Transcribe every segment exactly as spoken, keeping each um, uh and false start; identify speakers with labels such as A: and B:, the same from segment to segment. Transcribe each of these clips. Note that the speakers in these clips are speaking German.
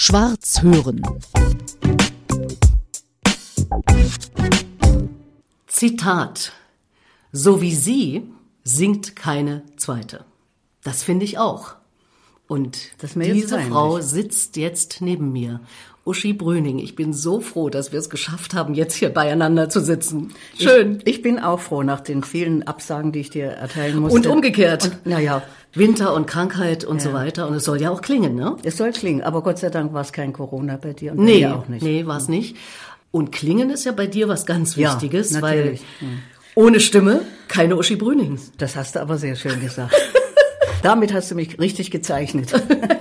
A: Schwarz hören. Zitat: So wie sie singt keine zweite. Das finde ich auch. Und diese Frau sitzt jetzt neben mir. Uschi Brüning, ich bin so froh, dass wir es geschafft haben, jetzt hier beieinander zu sitzen. Schön.
B: Ich, ich bin auch froh nach den vielen Absagen, die ich dir erteilen musste.
A: Und umgekehrt.
B: Und, na ja.
A: Winter und Krankheit und ja. so weiter. Und es soll ja auch klingen, ne?
B: Es soll klingen, aber Gott sei Dank war es kein Corona bei dir. Und
A: nee,
B: bei mir auch nicht.
A: Nee, war es nicht. Und klingen ist ja bei dir was ganz Wichtiges,
B: ja,
A: weil
B: ja.
A: ohne Stimme keine Uschi Brüning.
B: Das hast du aber sehr schön gesagt. Damit hast du mich richtig gezeichnet.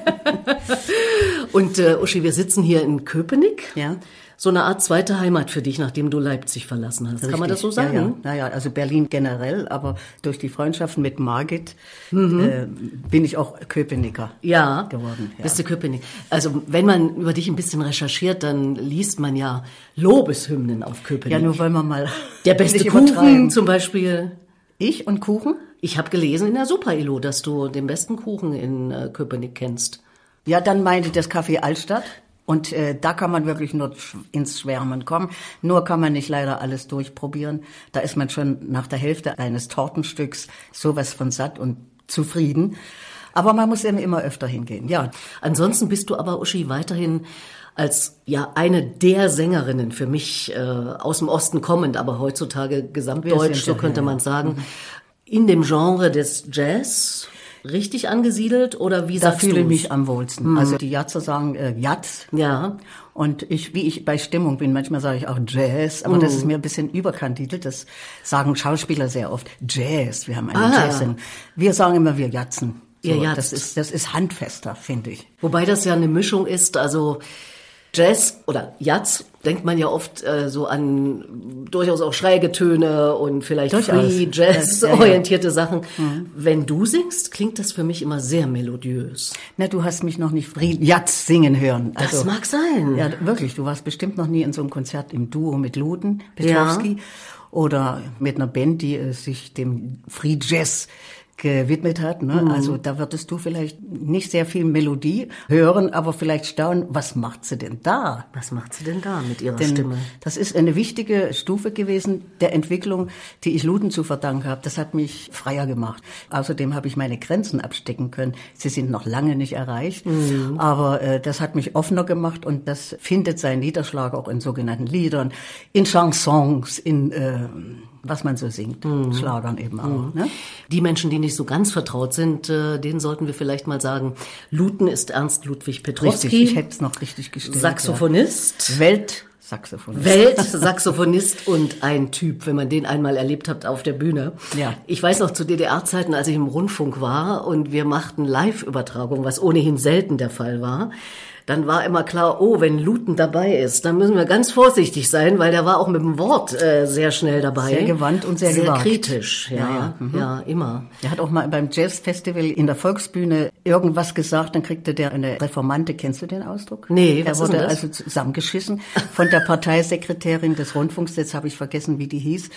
A: Und äh, Uschi, wir sitzen hier in Köpenick.
B: Ja.
A: So eine Art zweite Heimat für dich, nachdem du Leipzig verlassen hast. Richtig. Kann man das so sagen?
B: Ja, ja. Naja, also Berlin generell, aber durch die Freundschaften mit Margit mhm. äh, bin ich auch Köpenicker
A: ja,
B: geworden. Ja,
A: bist du Köpenick. Also wenn man über dich ein bisschen recherchiert, dann liest man ja Lobeshymnen auf Köpenick.
B: Ja, nur wollen wir mal
A: der beste Kuchen zum Beispiel.
B: Ich und Kuchen?
A: Ich habe gelesen in der Super-Ilo, dass du den besten Kuchen in äh, Köpenick kennst.
B: Ja, dann meinte ich das Café Altstadt. Und äh, da kann man wirklich nur ins Schwärmen kommen. Nur kann man nicht leider alles durchprobieren. Da ist man schon nach der Hälfte eines Tortenstücks sowas von satt und zufrieden. Aber man muss eben immer öfter hingehen, ja.
A: Ansonsten bist du aber, Uschi, weiterhin als ja eine der Sängerinnen für mich äh, aus dem Osten kommend, aber heutzutage gesamtdeutsch, so könnte man sagen, mhm. in dem Genre des Jazz richtig angesiedelt, oder wie sagst du?
B: Da fühle ich mich am wohlsten. Hm. Also die Jazzer sagen äh, Jazz.
A: Ja.
B: Und ich, wie ich bei Stimmung bin, manchmal sage ich auch Jazz, aber mm. das ist mir ein bisschen überkandidelt. Das sagen Schauspieler sehr oft. Jazz, wir haben einen
A: ah.
B: Jazz. Wir sagen immer, wir jatzen. So,
A: Ihr
B: das ist, das ist handfester, finde ich.
A: Wobei das ja eine Mischung ist, also Jazz oder Jazz denkt man ja oft äh, so an durchaus auch schräge Töne und vielleicht Free Jazz ja, ja, ja. orientierte Sachen. Mhm. Wenn du singst, klingt das für mich immer sehr melodiös.
B: Na, du hast mich noch nicht Free Jazz singen hören.
A: Also, das mag sein.
B: Ja, wirklich. Du warst bestimmt noch nie in so einem Konzert im Duo mit Luden Petrowski ja. oder mit einer Band, die äh, sich dem Free Jazz gewidmet hat. Ne? Mhm. Also da würdest du vielleicht nicht sehr viel Melodie hören, aber vielleicht staunen, was macht sie denn da?
A: Was macht sie denn da mit ihrer
B: denn
A: Stimme?
B: Das ist eine wichtige Stufe gewesen der Entwicklung, die ich Luden zu verdanken habe. Das hat mich freier gemacht. Außerdem habe ich meine Grenzen abstecken können. Sie sind noch lange nicht erreicht, mhm. aber äh, das hat mich offener gemacht und das findet seinen Niederschlag auch in sogenannten Liedern, in Chansons, in äh, was man so singt, mhm. Schlagern eben auch. Mhm. Ne?
A: Die Menschen, die nicht so ganz vertraut sind, äh, denen sollten wir vielleicht mal sagen, Luten ist Ernst Ludwig Petrowski.
B: Richtig, ich hätte es noch richtig gestellt.
A: Saxophonist.
B: Ja. Weltsaxophonist.
A: Weltsaxophonist und ein Typ, wenn man den einmal erlebt hat auf der Bühne.
B: Ja.
A: Ich weiß noch zu D D R-Zeiten, als ich im Rundfunk war und wir machten Live-Übertragung, was ohnehin selten der Fall war. Dann war immer klar, oh, wenn Luten dabei ist, dann müssen wir ganz vorsichtig sein, weil der war auch mit dem Wort äh, sehr schnell dabei.
B: Sehr gewandt und sehr,
A: sehr
B: gewagt.
A: kritisch, ja, ja, ja, mhm. ja, immer.
B: Er hat auch mal beim Jazzfestival in der Volksbühne irgendwas gesagt, dann kriegte der eine Reformante, kennst du den Ausdruck?
A: Nee,
B: was
A: ist
B: Er wurde
A: denn das?
B: also zusammengeschissen von der Parteisekretärin des Rundfunks, jetzt habe ich vergessen, wie die hieß.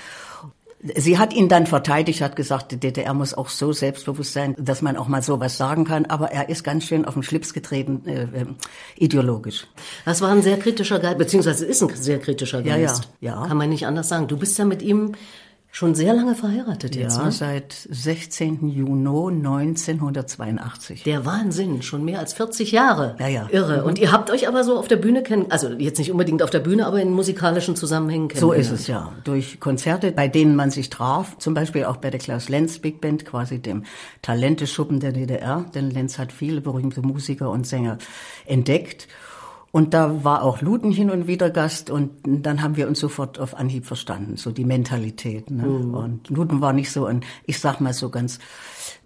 B: Sie hat ihn dann verteidigt, hat gesagt, die D D R muss auch so selbstbewusst sein, dass man auch mal sowas sagen kann. Aber er ist ganz schön auf den Schlips getreten, äh, äh, ideologisch.
A: Das war ein sehr kritischer Geist, beziehungsweise ist ein sehr kritischer Geist.
B: Ja, ja, ja.
A: Kann man nicht anders sagen. Du bist ja mit ihm schon sehr lange verheiratet jetzt,
B: ja,
A: ne?
B: Seit sechzehnten Juni neunzehnhundertzweiundachtzig.
A: Der Wahnsinn, schon mehr als vierzig Jahre.
B: Ja, ja.
A: Irre.
B: Mhm.
A: Und ihr habt euch aber so auf der Bühne kennen, also jetzt nicht unbedingt auf der Bühne, aber in musikalischen Zusammenhängen kennengelernt.
B: So ist es, ja. Durch Konzerte, bei denen man sich traf, zum Beispiel auch bei der Klaus Lenz Big Band, quasi dem Talenteschuppen der D D R, denn Lenz hat viele berühmte Musiker und Sänger entdeckt. Und da war auch Luten hin und wieder Gast und dann haben wir uns sofort auf Anhieb verstanden, so die Mentalität. Ne? Mhm. Und Luten war nicht so ein, ich sag mal so ganz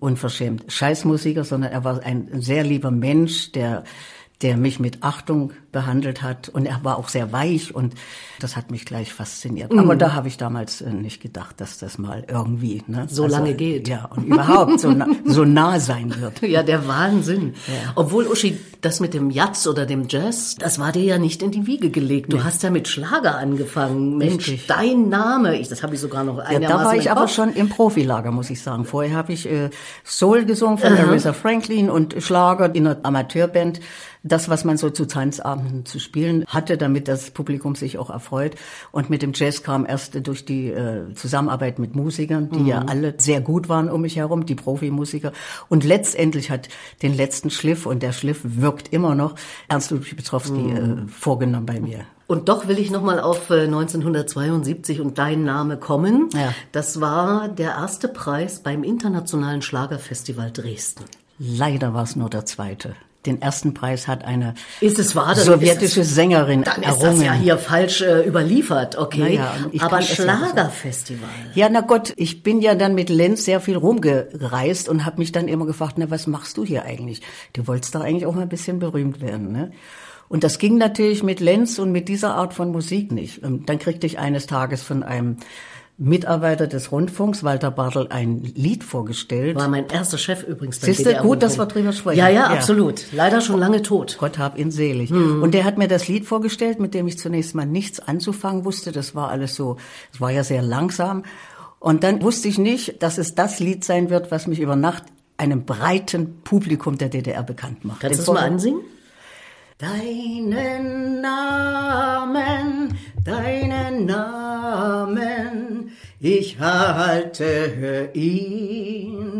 B: unverschämt, Scheißmusiker, sondern er war ein sehr lieber Mensch, der der mich mit Achtung behandelt hat. Und er war auch sehr weich und das hat mich gleich fasziniert.
A: Mhm.
B: Aber da habe ich damals äh, nicht gedacht, dass das mal irgendwie ne,
A: so also, lange geht.
B: Ja, und überhaupt so, na, so nah sein wird.
A: Ja, der Wahnsinn.
B: Ja.
A: Obwohl, Uschi, das mit dem Jazz oder dem Jazz, das war dir ja nicht in die Wiege gelegt. Du nee. hast ja mit Schlager angefangen. Mensch,
B: Richtig.
A: Dein Name, ich, das habe ich sogar noch einigermaßen
B: ja, da war ich
A: im
B: aber
A: Kopf.
B: schon im Profilager, muss ich sagen. Vorher habe ich äh, Soul gesungen von uh-huh. Aretha Franklin und Schlager in einer Amateurband. Das, was man so zu Tanzabenden zu spielen hatte, damit das Publikum sich auch erfreut. Und mit dem Jazz kam erst durch die äh, Zusammenarbeit mit Musikern, die mhm. ja alle sehr gut waren um mich herum, die Profimusiker. Und letztendlich hat den letzten Schliff, und der Schliff wirkt immer noch, Ernst Ludwig Petrowski mhm. äh, vorgenommen bei mir.
A: Und doch will ich nochmal auf neunzehnhundertzweiundsiebzig und dein Name kommen.
B: Ja.
A: Das war der erste Preis beim Internationalen Schlagerfestival Dresden.
B: Leider war es nur der zweite. Den ersten Preis hat eine
A: ist es wahr,
B: sowjetische
A: ist es,
B: Sängerin
A: dann
B: errungen.
A: Dann ist das ja hier falsch äh, überliefert, okay.
B: Naja,
A: aber ein Schlagerfestival.
B: Ja, na Gott, ich bin ja dann mit Lenz sehr viel rumgereist und habe mich dann immer gefragt, na, was machst du hier eigentlich? Du wolltest doch eigentlich auch mal ein bisschen berühmt werden, ne? Und das ging natürlich mit Lenz und mit dieser Art von Musik nicht. Und dann kriegte ich eines Tages von einem Mitarbeiter des Rundfunks, Walter Bartel, ein Lied vorgestellt.
A: War mein erster Chef übrigens beim
B: Siehst du, gut, dass wir drüber sprechen.
A: Ja, ja, absolut. Leider schon lange tot.
B: Gott hab ihn selig. Hm. Und der hat mir das Lied vorgestellt, mit dem ich zunächst mal nichts anzufangen wusste. Das war alles so, es war ja sehr langsam. Und dann wusste ich nicht, dass es das Lied sein wird, was mich über Nacht einem breiten Publikum der D D R bekannt macht.
A: Kannst du es mal ansingen?
B: Deinen Namen, deinen Namen, ich halte ihn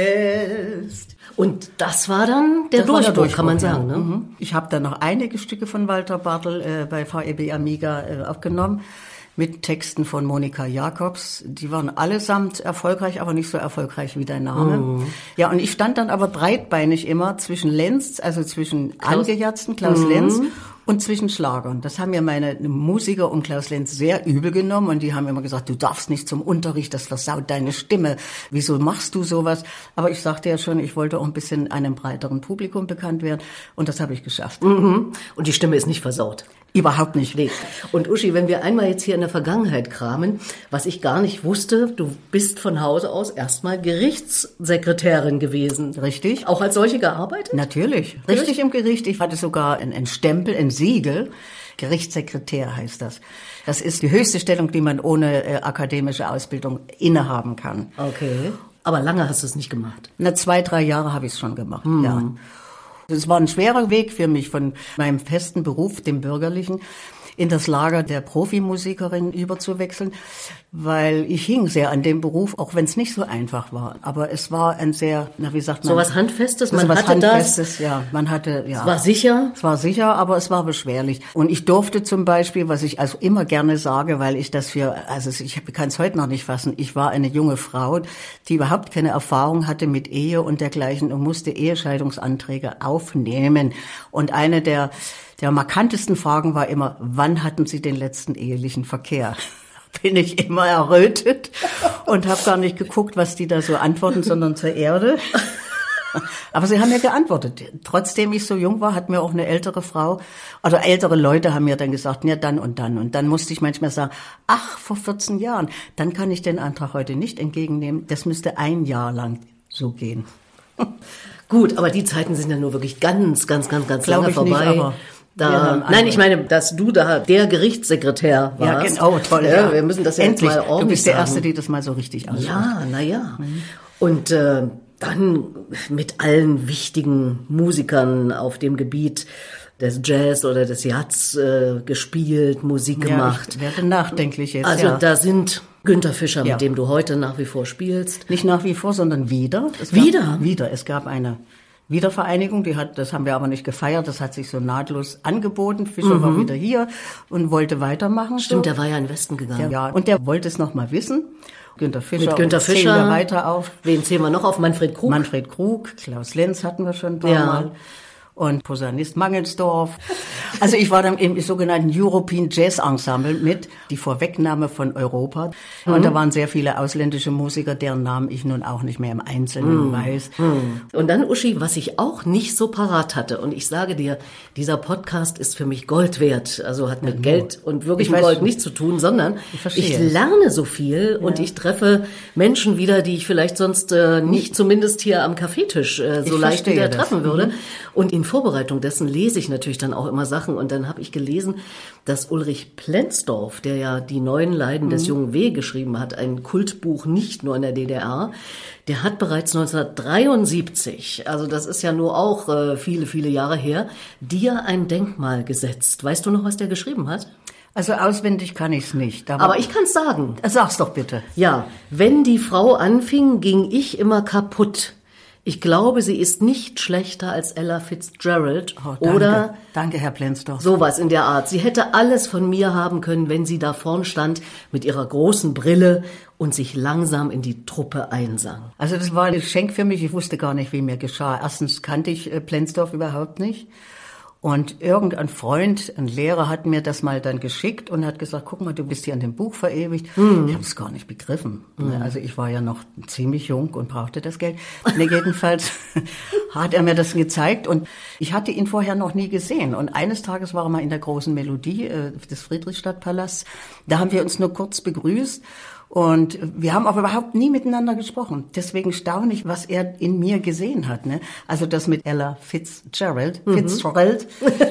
B: fest.
A: Und das war dann der,
B: das
A: Durchbruch,
B: der Durchbruch,
A: kann man
B: ja.
A: sagen. Ne?
B: Mhm. Ich habe dann noch einige Stücke von Walter Bartel äh, bei V E B Amiga äh, aufgenommen. Mit Texten von Monika Jacobs. Die waren allesamt erfolgreich, aber nicht so erfolgreich wie dein Name. Mm. Ja, und ich stand dann aber breitbeinig immer zwischen Lenz, also zwischen Klaus. Angejatzten Klaus mm. Lenz und zwischen Schlagern. Das haben mir meine Musiker um Klaus Lenz sehr übel genommen und die haben immer gesagt, du darfst nicht zum Unterricht, das versaut deine Stimme. Wieso machst du sowas? Aber ich sagte ja schon, ich wollte auch ein bisschen einem breiteren Publikum bekannt werden und das habe ich geschafft.
A: Mhm. Und die Stimme ist nicht versaut.
B: Überhaupt nicht.
A: Nee. Und Uschi, wenn wir einmal jetzt hier in der Vergangenheit kramen, was ich gar nicht wusste, du bist von Hause aus erstmal Gerichtssekretärin gewesen.
B: Richtig.
A: Auch als solche gearbeitet?
B: Natürlich. Richtig im Gericht. Ich hatte sogar einen Stempel, ein Siegel. Gerichtssekretär heißt das. Das ist die höchste Stellung, die man ohne äh, akademische Ausbildung innehaben kann.
A: Okay. Aber lange hast du es nicht gemacht?
B: Na, zwei, drei Jahre habe ich es schon gemacht, hm. ja. Es war ein schwerer Weg für mich, von meinem festen Beruf, dem bürgerlichen, in das Lager der Profimusikerin überzuwechseln, weil ich hing sehr an dem Beruf, auch wenn es nicht so einfach war. Aber es war ein sehr, na wie sagt man?
A: So was Handfestes, man
B: so was
A: hatte
B: Handfestes,
A: das.
B: Ja, man hatte, ja.
A: Es war sicher?
B: Es war sicher, aber es war beschwerlich. Und ich durfte zum Beispiel, was ich also immer gerne sage, weil ich das für, also ich kann es heute noch nicht fassen, ich war eine junge Frau, die überhaupt keine Erfahrung hatte mit Ehe und dergleichen und musste Ehescheidungsanträge aufnehmen. Und eine der Der markantesten Fragen war immer, wann hatten Sie den letzten ehelichen Verkehr? Bin ich immer errötet und habe gar nicht geguckt, was die da so antworten, sondern zur Erde. Aber sie haben mir geantwortet. Trotzdem ich so jung war, hat mir auch eine ältere Frau, also ältere Leute haben mir dann gesagt, ja dann und dann. Und dann musste ich manchmal sagen, ach, vor vierzehn Jahren, dann kann ich den Antrag heute nicht entgegennehmen. Das müsste ein Jahr lang so gehen.
A: Gut, aber die Zeiten sind ja nur wirklich ganz, ganz, ganz, ganz lange
B: ich
A: vorbei.
B: Nicht, aber
A: Da, nein, ich meine, dass du da der Gerichtssekretär warst.
B: Ja, genau, toll.
A: Ja, wir müssen das ja
B: endlich
A: jetzt mal ordentlich
B: Du bist der
A: sagen.
B: Erste, die das mal so richtig ausspricht.
A: Ja, na ja. Mhm. Und äh, dann mit allen wichtigen Musikern auf dem Gebiet des Jazz oder des Jazz äh, gespielt, Musik gemacht.
B: Ja, ich werde nachdenklich jetzt.
A: Also
B: ja.
A: da sind Günter Fischer,
B: ja.
A: mit dem du heute nach wie vor spielst.
B: Nicht nach wie vor, sondern wieder. Es
A: wieder?
B: Gab, wieder. Es gab eine Wiedervereinigung, die hat, das haben wir aber nicht gefeiert, das hat sich so nahtlos angeboten. Fischer mhm. war wieder hier und wollte weitermachen.
A: Stimmt,
B: so.
A: der war ja in den Westen gegangen.
B: Ja, und der wollte es noch mal wissen. Günter Fischer.
A: Mit Günter Fischer.
B: Zählen wir weiter auf.
A: Wen zählen wir noch auf? Manfred Krug.
B: Manfred Krug, Klaus Lenz hatten wir schon ein paar
A: ja.
B: Mal. und Posaunist Mangelsdorf. Also ich war dann im sogenannten European Jazz Ensemble mit, die Vorwegnahme von Europa. Und mhm. da waren sehr viele ausländische Musiker, deren Namen ich nun auch nicht mehr im Einzelnen mhm. weiß.
A: Mhm. Und dann, Uschi, was ich auch nicht so parat hatte, und ich sage dir, dieser Podcast ist für mich Gold wert. Also hat mit ja, Geld und wirklich mit Gold nichts zu tun, sondern ich, ich lerne so viel ja. und ich treffe Menschen wieder, die ich vielleicht sonst äh, nicht zumindest hier am Kaffeetisch äh, so ich leicht wieder das. treffen würde. Mhm. Und in Vorbereitung dessen lese ich natürlich dann auch immer Sachen. Und dann habe ich gelesen, dass Ulrich Plenzdorf, der ja die neuen Leiden mhm. des jungen W. geschrieben hat, ein Kultbuch nicht nur in der D D R, der hat bereits neunzehnhundertdreiundsiebzig, also das ist ja nur auch äh, viele, viele Jahre her, dir ein Denkmal gesetzt. Weißt du noch, was der geschrieben hat?
B: Also auswendig kann ich's nicht.
A: Aber, aber ich kann's sagen.
B: Sag's doch bitte.
A: Ja, wenn die Frau anfing, ging ich immer kaputt. Ich glaube, sie ist nicht schlechter als Ella Fitzgerald.
B: Oh, danke.
A: Oder
B: danke, Herr Plenzdorf.
A: Sowas in der Art. Sie hätte alles von mir haben können, wenn sie da vorn stand mit ihrer großen Brille und sich langsam in die Truppe einsang.
B: Also das war ein Geschenk für mich. Ich wusste gar nicht, wie mir geschah. Erstens kannte ich Plenzdorf überhaupt nicht. Und irgendein Freund, ein Lehrer, hat mir das mal dann geschickt und hat gesagt, guck mal, du bist hier an dem Buch verewigt. Mhm. Ich habe es gar nicht begriffen. Mhm. Also ich war ja noch ziemlich jung und brauchte das Geld. Nee, jedenfalls hat er mir das gezeigt und ich hatte ihn vorher noch nie gesehen. Und eines Tages war er mal in der großen Melodie äh, des Friedrichstadtpalasts. Da haben wir uns nur kurz begrüßt. Und wir haben aber überhaupt nie miteinander gesprochen. Deswegen staune ich, was er in mir gesehen hat. Ne? Also das mit Ella Fitzgerald. Mhm. Fitzgerald.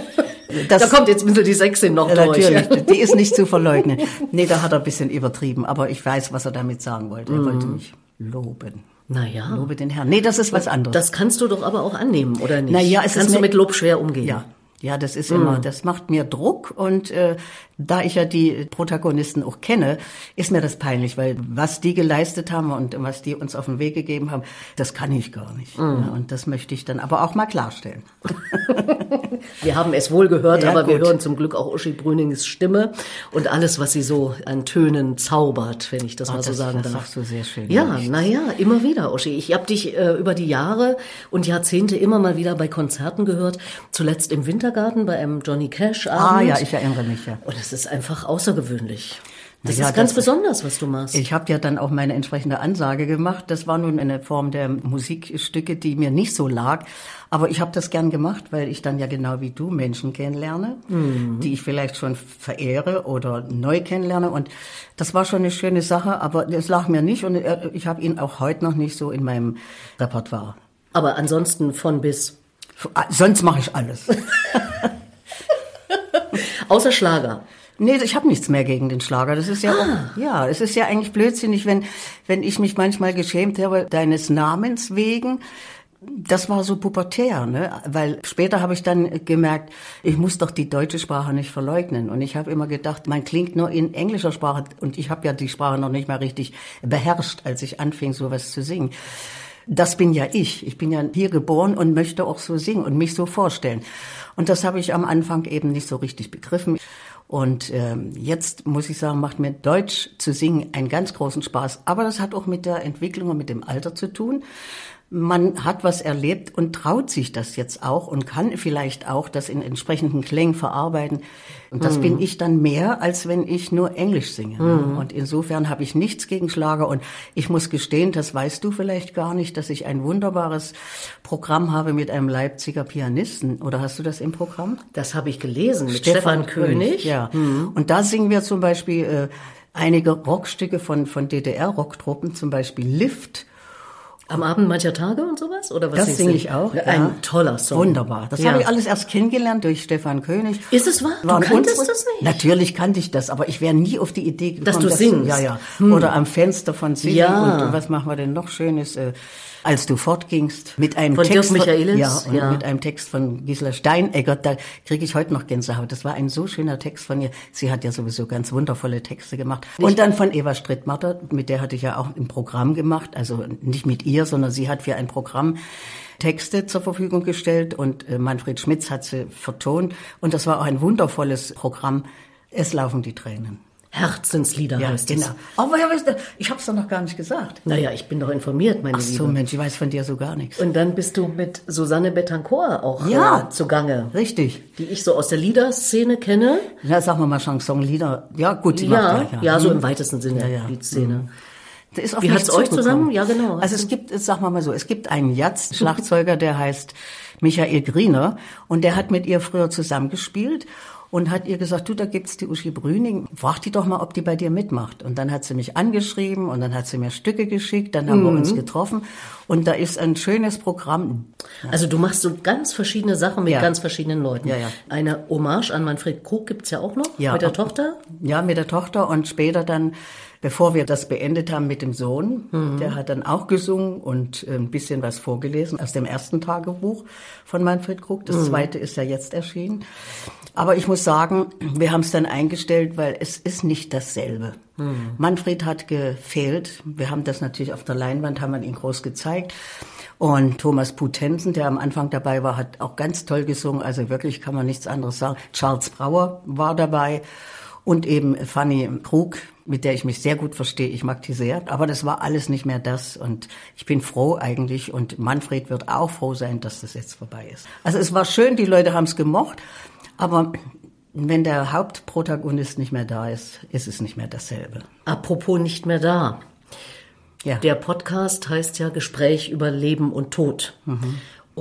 A: Das, da kommt jetzt ein bisschen die Sechsin noch
B: ja,
A: durch.
B: Natürlich, die ist nicht zu verleugnen. Nee, da hat er ein bisschen übertrieben. Aber ich weiß, was er damit sagen wollte. Er mhm. wollte mich loben.
A: Naja.
B: Lobe den Herrn. Nee, das ist was anderes.
A: Das kannst du doch aber auch annehmen, oder nicht?
B: Naja, es
A: kannst
B: ist
A: du mit Lob schwer umgehen.
B: Ja. Ja, das ist immer, das macht mir Druck und äh, da ich ja die Protagonisten auch kenne, ist mir das peinlich, weil was die geleistet haben und was die uns auf den Weg gegeben haben, das kann ich gar nicht. Mm. Ja, und das möchte ich dann aber auch mal klarstellen.
A: Wir haben es wohl gehört,
B: ja,
A: aber
B: gut.
A: wir hören zum Glück auch Uschi Brünings Stimme und alles, was sie so an Tönen zaubert, wenn ich das
B: oh,
A: mal so
B: das,
A: sagen
B: das
A: darf.
B: Das sagst du sehr schön.
A: Ja, naja, immer wieder, Uschi. Ich habe dich äh, über die Jahre und Jahrzehnte immer mal wieder bei Konzerten gehört, zuletzt im Winter Garten bei einem Johnny Cash Abend.
B: Ah ja, ich erinnere mich, ja.
A: Und es ist einfach außergewöhnlich. Das
B: ja,
A: ist ganz
B: das,
A: besonders, was du machst.
B: Ich habe ja dann auch meine entsprechende Ansage gemacht. Das war nun eine Form der Musikstücke, die mir nicht so lag. Aber ich habe das gern gemacht, weil ich dann ja genau wie du Menschen kennenlerne, mhm. die ich vielleicht schon verehre oder neu kennenlerne. Und das war schon eine schöne Sache, aber es lag mir nicht. Und ich habe ihn auch heute noch nicht so in meinem Repertoire.
A: Aber ansonsten von bis...
B: Sonst mache ich alles.
A: Außer Schlager.
B: Nee, ich habe nichts mehr gegen den Schlager. Das ist ja ah. auch, ja, es ist ja eigentlich blödsinnig, wenn wenn ich mich manchmal geschämt habe deines Namens wegen. Das war so pubertär, ne? Weil später habe ich dann gemerkt, ich muss doch die deutsche Sprache nicht verleugnen. Und ich habe immer gedacht, man klingt nur in englischer Sprache. Und ich habe ja die Sprache noch nicht mal richtig beherrscht, als ich anfing, sowas zu singen. Das bin ja ich. Ich bin ja hier geboren und möchte auch so singen und mich so vorstellen. Und das habe ich am Anfang eben nicht so richtig begriffen. Und ähm, jetzt muss ich sagen, macht mir Deutsch zu singen einen ganz großen Spaß. Aber das hat auch mit der Entwicklung und mit dem Alter zu tun. Man hat was erlebt und traut sich das jetzt auch und kann vielleicht auch das in entsprechenden Klängen verarbeiten. Und das mm. bin ich dann mehr, als wenn ich nur Englisch singe. Mm. Und insofern habe ich nichts gegen Schlager. Und ich muss gestehen, das weißt du vielleicht gar nicht, dass ich ein wunderbares Programm habe mit einem Leipziger Pianisten. Oder hast du das im Programm?
A: Das habe ich gelesen, mit Stefan, Stefan König. König.
B: Ja. Mm. Und da singen wir zum Beispiel äh, einige Rockstücke von, von D D R-Rocktruppen, zum Beispiel Lift.
A: Am Abend mancher Tage und sowas? Oder was
B: das singe ich auch.
A: Ein ja. toller Song.
B: Wunderbar. Das ja. habe ich alles erst kennengelernt durch Stefan König.
A: Ist es wahr? Du kanntest das nicht?
B: Natürlich kannte ich das, aber ich wäre nie auf die Idee gekommen.
A: Dass du das singst?
B: Ja, ja.
A: Hm.
B: Oder am Fenster von Singen.
A: Ja.
B: Und was machen wir denn noch Schönes? Äh, als du fortgingst, mit einem
A: von
B: Text
A: Dirk Michaelis?
B: Ja, und
A: ja.
B: mit einem Text von Gisela Steinegger, da kriege ich heute noch Gänsehaut. Das war ein so schöner Text von ihr. Sie hat ja sowieso ganz wundervolle Texte gemacht. Nicht? Und dann von Eva Strittmatter, mit der hatte ich ja auch ein Programm gemacht, also nicht mit ihr, sondern sie hat für ein Programm Texte zur Verfügung gestellt und äh, Manfred Schmitz hat sie vertont. Und das war auch ein wundervolles Programm. Es laufen die Tränen.
A: Herzenslieder
B: ja,
A: heißt
B: genau.
A: es.
B: Aber ja, weißt du, ich habe es doch noch gar nicht gesagt.
A: Naja, ich bin doch informiert, meine
B: Ach
A: Liebe.
B: so, Mensch, ich weiß von dir so gar nichts.
A: Und dann bist du mit Susanne Bettencourt auch
B: ja,
A: äh, zugange.
B: Richtig.
A: Die ich so aus der Liederszene kenne.
B: Ja, sagen wir mal Chanson-Lieder. Ja, gut, sie
A: ja,
B: macht ja.
A: ja, so
B: hm.
A: im weitesten Sinne,
B: ja, ja.
A: die Szene.
B: Hm. Ist
A: Wie hat's euch zusammen? Ja, genau.
B: Also es gibt, sagen wir mal so, es gibt einen Jazz-Schlagzeuger, der heißt Michael Griener und der hat mit ihr früher zusammengespielt und hat ihr gesagt, du, da gibt's die Uschi Brüning, frag die doch mal, ob die bei dir mitmacht. Und dann hat sie mich angeschrieben und dann hat sie mir Stücke geschickt, dann haben mhm. wir uns getroffen und da ist ein schönes Programm.
A: Ja. Also du machst so ganz verschiedene Sachen mit ja. ganz verschiedenen Leuten.
B: Ja, ja.
A: Eine Hommage an Manfred Krug gibt's ja auch noch,
B: ja,
A: mit der
B: ab,
A: Tochter?
B: Ja, mit der Tochter und später dann, bevor wir das beendet haben mit dem Sohn, mhm. der hat dann auch gesungen und ein bisschen was vorgelesen aus dem ersten Tagebuch von Manfred Krug. Das mhm. zweite ist ja jetzt erschienen. Aber ich muss sagen, wir haben es dann eingestellt, weil es ist nicht dasselbe. Mhm. Manfred hat gefehlt. Wir haben das natürlich auf der Leinwand, haben wir ihn groß gezeigt. Und Thomas Putensen, der am Anfang dabei war, hat auch ganz toll gesungen. Also wirklich kann man nichts anderes sagen. Charles Brauer war dabei. Und eben Fanny Krug, mit der ich mich sehr gut verstehe. Ich mag die sehr. Aber das war alles nicht mehr das. Und ich bin froh eigentlich. Und Manfred wird auch froh sein, dass das jetzt vorbei ist. Also es war schön, die Leute haben es gemocht. Aber wenn der Hauptprotagonist nicht mehr da ist, ist es nicht mehr dasselbe.
A: Apropos nicht mehr da.
B: Ja.
A: Der Podcast heißt ja Gespräch über Leben und Tod. Mhm.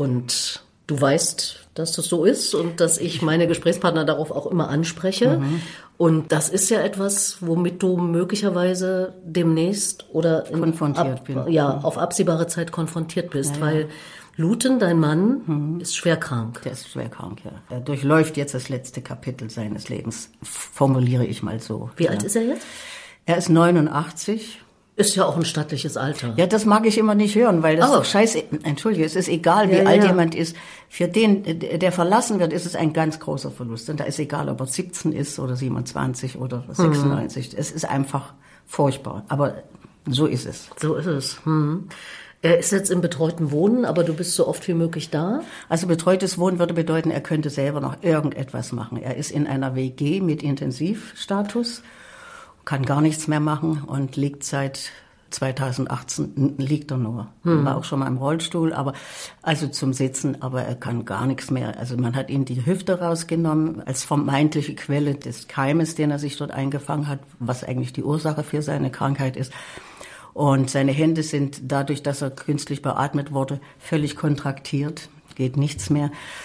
A: Und du weißt, dass das so ist und dass ich meine Gesprächspartner darauf auch immer anspreche. Mhm. Und das ist ja etwas, womit du möglicherweise demnäßt oder in
B: konfrontiert
A: ab,
B: bin.
A: Ja, auf absehbare Zeit konfrontiert bist,
B: ja,
A: weil
B: ja.
A: Luten, dein Mann, mhm. ist schwer krank.
B: Der ist schwer krank, ja. Er durchläuft jetzt das letzte Kapitel seines Lebens, formuliere ich mal so.
A: Wie
B: ja.
A: alt ist er jetzt?
B: Er ist neunundachtzig.
A: Ist ja auch ein stattliches Alter.
B: Ja, das mag ich immer nicht hören, weil das
A: oh.
B: ist scheiße. Entschuldige, es ist egal, wie
A: ja,
B: alt
A: ja.
B: jemand ist. Für den, der verlassen wird, ist es ein ganz großer Verlust. Und da ist egal, ob er siebzehn ist oder siebenundzwanzig oder sechsundneunzig. Mhm. Es ist einfach furchtbar. Aber so ist es.
A: So ist es. Mhm. Er ist jetzt im betreuten Wohnen, aber du bist so oft wie möglich da?
B: Also betreutes Wohnen würde bedeuten, er könnte selber noch irgendetwas machen. Er ist in einer W G mit Intensivstatus, kann gar nichts mehr machen und liegt seit zweitausendachtzehn, liegt er nur. Hm. War auch schon mal im Rollstuhl, aber also zum Sitzen, aber er kann gar nichts mehr. Also man hat ihm die Hüfte rausgenommen als vermeintliche Quelle des Keimes, den er sich dort eingefangen hat, was eigentlich die Ursache für seine Krankheit ist. Und seine Hände sind dadurch, dass er künstlich beatmet wurde, völlig kontraktiert, geht nichts mehr.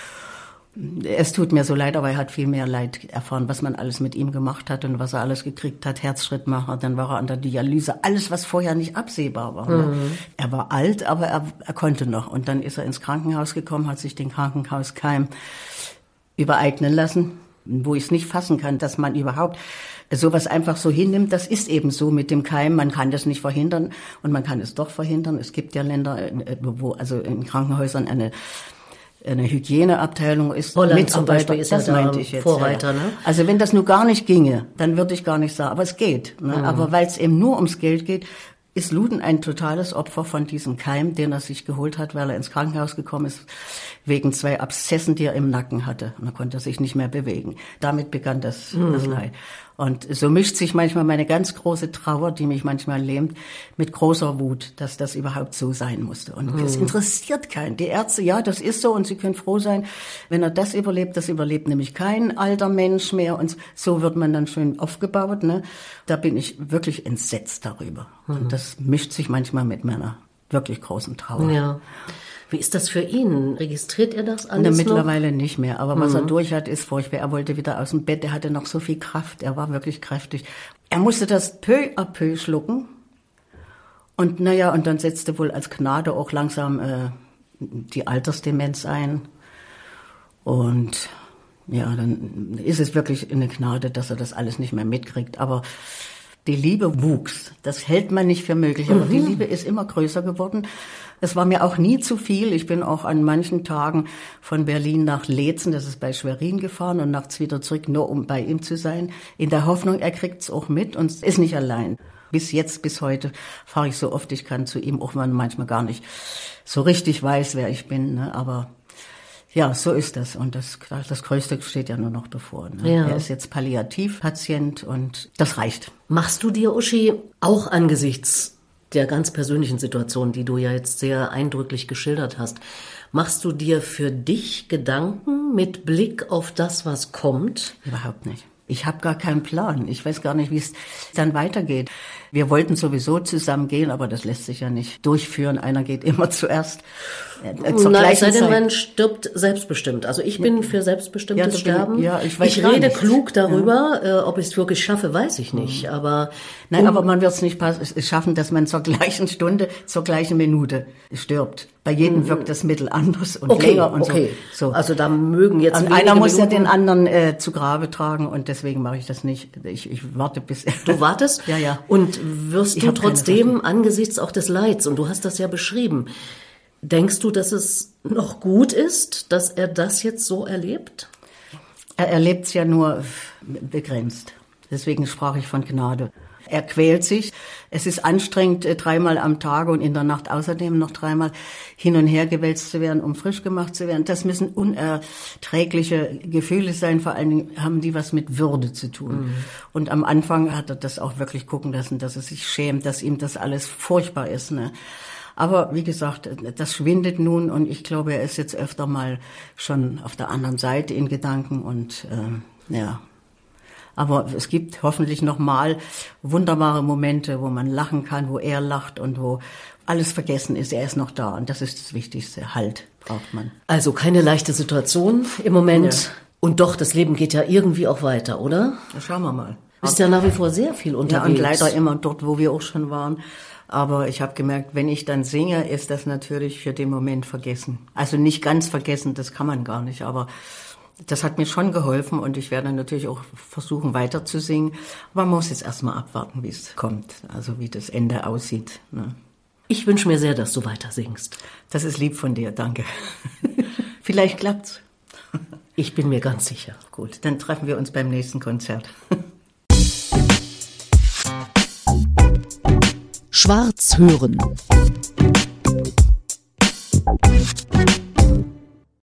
B: Es tut mir so leid, aber er hat viel mehr Leid erfahren, was man alles mit ihm gemacht hat und was er alles gekriegt hat. Herzschrittmacher, dann war er an der Dialyse, alles, was vorher nicht absehbar war. Mhm. Ne? Er war alt, aber er, er konnte noch. Und dann ist er ins Krankenhaus gekommen, hat sich den Krankenhauskeim übereignen lassen, wo ich es nicht fassen kann, dass man überhaupt sowas einfach so hinnimmt. Das ist eben so mit dem Keim. Man kann das nicht verhindern und man kann es doch verhindern. Es gibt ja Länder, wo also in Krankenhäusern eine eine Hygieneabteilung ist.
A: Holland zum Beispiel ist
B: das
A: ja
B: meinte ich jetzt,
A: Vorreiter.
B: Ja.
A: Ne?
B: Also wenn das nur gar nicht ginge, dann würde ich gar nicht sagen. Aber es geht. Ne? Mhm. Aber weil es eben nur ums Geld geht, ist Luden ein totales Opfer von diesem Keim, den er sich geholt hat, weil er ins Krankenhaus gekommen ist, wegen zwei Abszessen, die er im Nacken hatte. Und da konnte er sich nicht mehr bewegen. Damit begann das, mhm. das Leid. Und so mischt sich manchmal meine ganz große Trauer, die mich manchmal lähmt, mit großer Wut, dass das überhaupt so sein musste. Und mhm. es interessiert keinen. Die Ärzte, ja, das ist so und sie können froh sein, wenn er das überlebt. Das überlebt nämlich kein alter Mensch mehr. Und so wird man dann schön aufgebaut. Ne? Da bin ich wirklich entsetzt darüber. Mhm. Und das mischt sich manchmal mit meiner wirklich großen Trauer.
A: Ja. Wie ist das für ihn? Registriert er das alles
B: Na,
A: noch?
B: Mittlerweile nicht mehr. Aber was mhm. er durch hat, ist furchtbar. Er wollte wieder aus dem Bett. Er hatte noch so viel Kraft. Er war wirklich kräftig. Er musste das peu à peu schlucken. Und naja, und dann setzte wohl als Gnade auch langsam äh, die Altersdemenz ein. Und ja, dann ist es wirklich eine Gnade, dass er das alles nicht mehr mitkriegt. Aber die Liebe wuchs. Das hält man nicht für möglich. Aber mhm. die Liebe ist immer größer geworden. Es war mir auch nie zu viel. Ich bin auch an manchen Tagen von Berlin nach Leetzen, das ist bei Schwerin, gefahren und nachts wieder zurück, nur um bei ihm zu sein. In der Hoffnung, er kriegt's auch mit und ist nicht allein. Bis jetzt, bis heute fahre ich so oft ich kann zu ihm, auch wenn man manchmal gar nicht so richtig weiß, wer ich bin. Ne? Aber Ja, so ist das. Und das, das Größte steht ja nur noch bevor. Ne?
A: Ja.
B: Er ist jetzt Palliativpatient und das reicht.
A: Machst du dir, Uschi, auch angesichts der ganz persönlichen Situation, die du ja jetzt sehr eindrücklich geschildert hast, machst du dir für dich Gedanken mit Blick auf das, was kommt?
B: Überhaupt nicht. Ich habe gar keinen Plan. Ich weiß gar nicht, wie es dann weitergeht. Wir wollten sowieso zusammen gehen, aber das lässt sich ja nicht durchführen. Einer geht immer zuerst.
A: Äh, zur Nein, es sei denn, man stirbt selbstbestimmt. Also ich bin für selbstbestimmtes ja, Sterben.
B: Ja, ich weiß
A: ich
B: gar
A: rede
B: nicht.
A: klug darüber, ja. äh, ob ich es wirklich schaffe, weiß ich nicht. Mhm. Aber
B: Nein,
A: um,
B: aber man wird es nicht schaffen, dass man zur gleichen Stunde, zur gleichen Minute stirbt. Bei jedem mhm. wirkt das Mittel anders und
A: okay,
B: länger und
A: okay.
B: so. so.
A: Also da mögen jetzt
B: und einer muss Minuten. ja den anderen äh, zu Grabe tragen und deswegen mache ich das nicht. Ich, ich warte bis.
A: Du wartest?
B: Ja, ja.
A: Und wirst du trotzdem angesichts auch des Leids, und du hast das ja beschrieben, denkst du, dass es noch gut ist, dass er das jetzt so erlebt?
B: Er erlebt es ja nur begrenzt. Deswegen sprach ich von Gnade. Er quält sich. Es ist anstrengend, dreimal am Tag und in der Nacht außerdem noch dreimal hin und her gewälzt zu werden, um frisch gemacht zu werden. Das müssen unerträgliche Gefühle sein. Vor allen Dingen haben die was mit Würde zu tun. Mhm. Und am Anfang hat er das auch wirklich gucken lassen, dass er sich schämt, dass ihm das alles furchtbar ist, ne? Aber wie gesagt, das schwindet nun und ich glaube, er ist jetzt öfter mal schon auf der anderen Seite in Gedanken und äh, ja. Aber es gibt hoffentlich noch mal wunderbare Momente, wo man lachen kann, wo er lacht und wo alles vergessen ist. Er ist noch da und das ist das Wichtigste. Halt braucht man.
A: Also keine leichte Situation im Moment. Ja. Und doch, das Leben geht ja irgendwie auch weiter, oder?
B: Ja, schauen wir mal.
A: Du bist ja nach wie vor sehr viel unterwegs.
B: Ja, und leider immer dort, wo wir auch schon waren. Aber ich habe gemerkt, wenn ich dann singe, ist das natürlich für den Moment vergessen. Also nicht ganz vergessen, das kann man gar nicht, aber das hat mir schon geholfen und ich werde natürlich auch versuchen, weiter zu singen. Aber man muss jetzt erstmal abwarten, wie es kommt, also wie das Ende aussieht. Ne?
A: Ich wünsche mir sehr, dass du weiter singst.
B: Das ist lieb von dir, danke. Vielleicht klappt's.
A: Ich bin mir ganz sicher.
B: Gut, dann treffen wir uns beim nächsten Konzert.
C: Schwarz hören.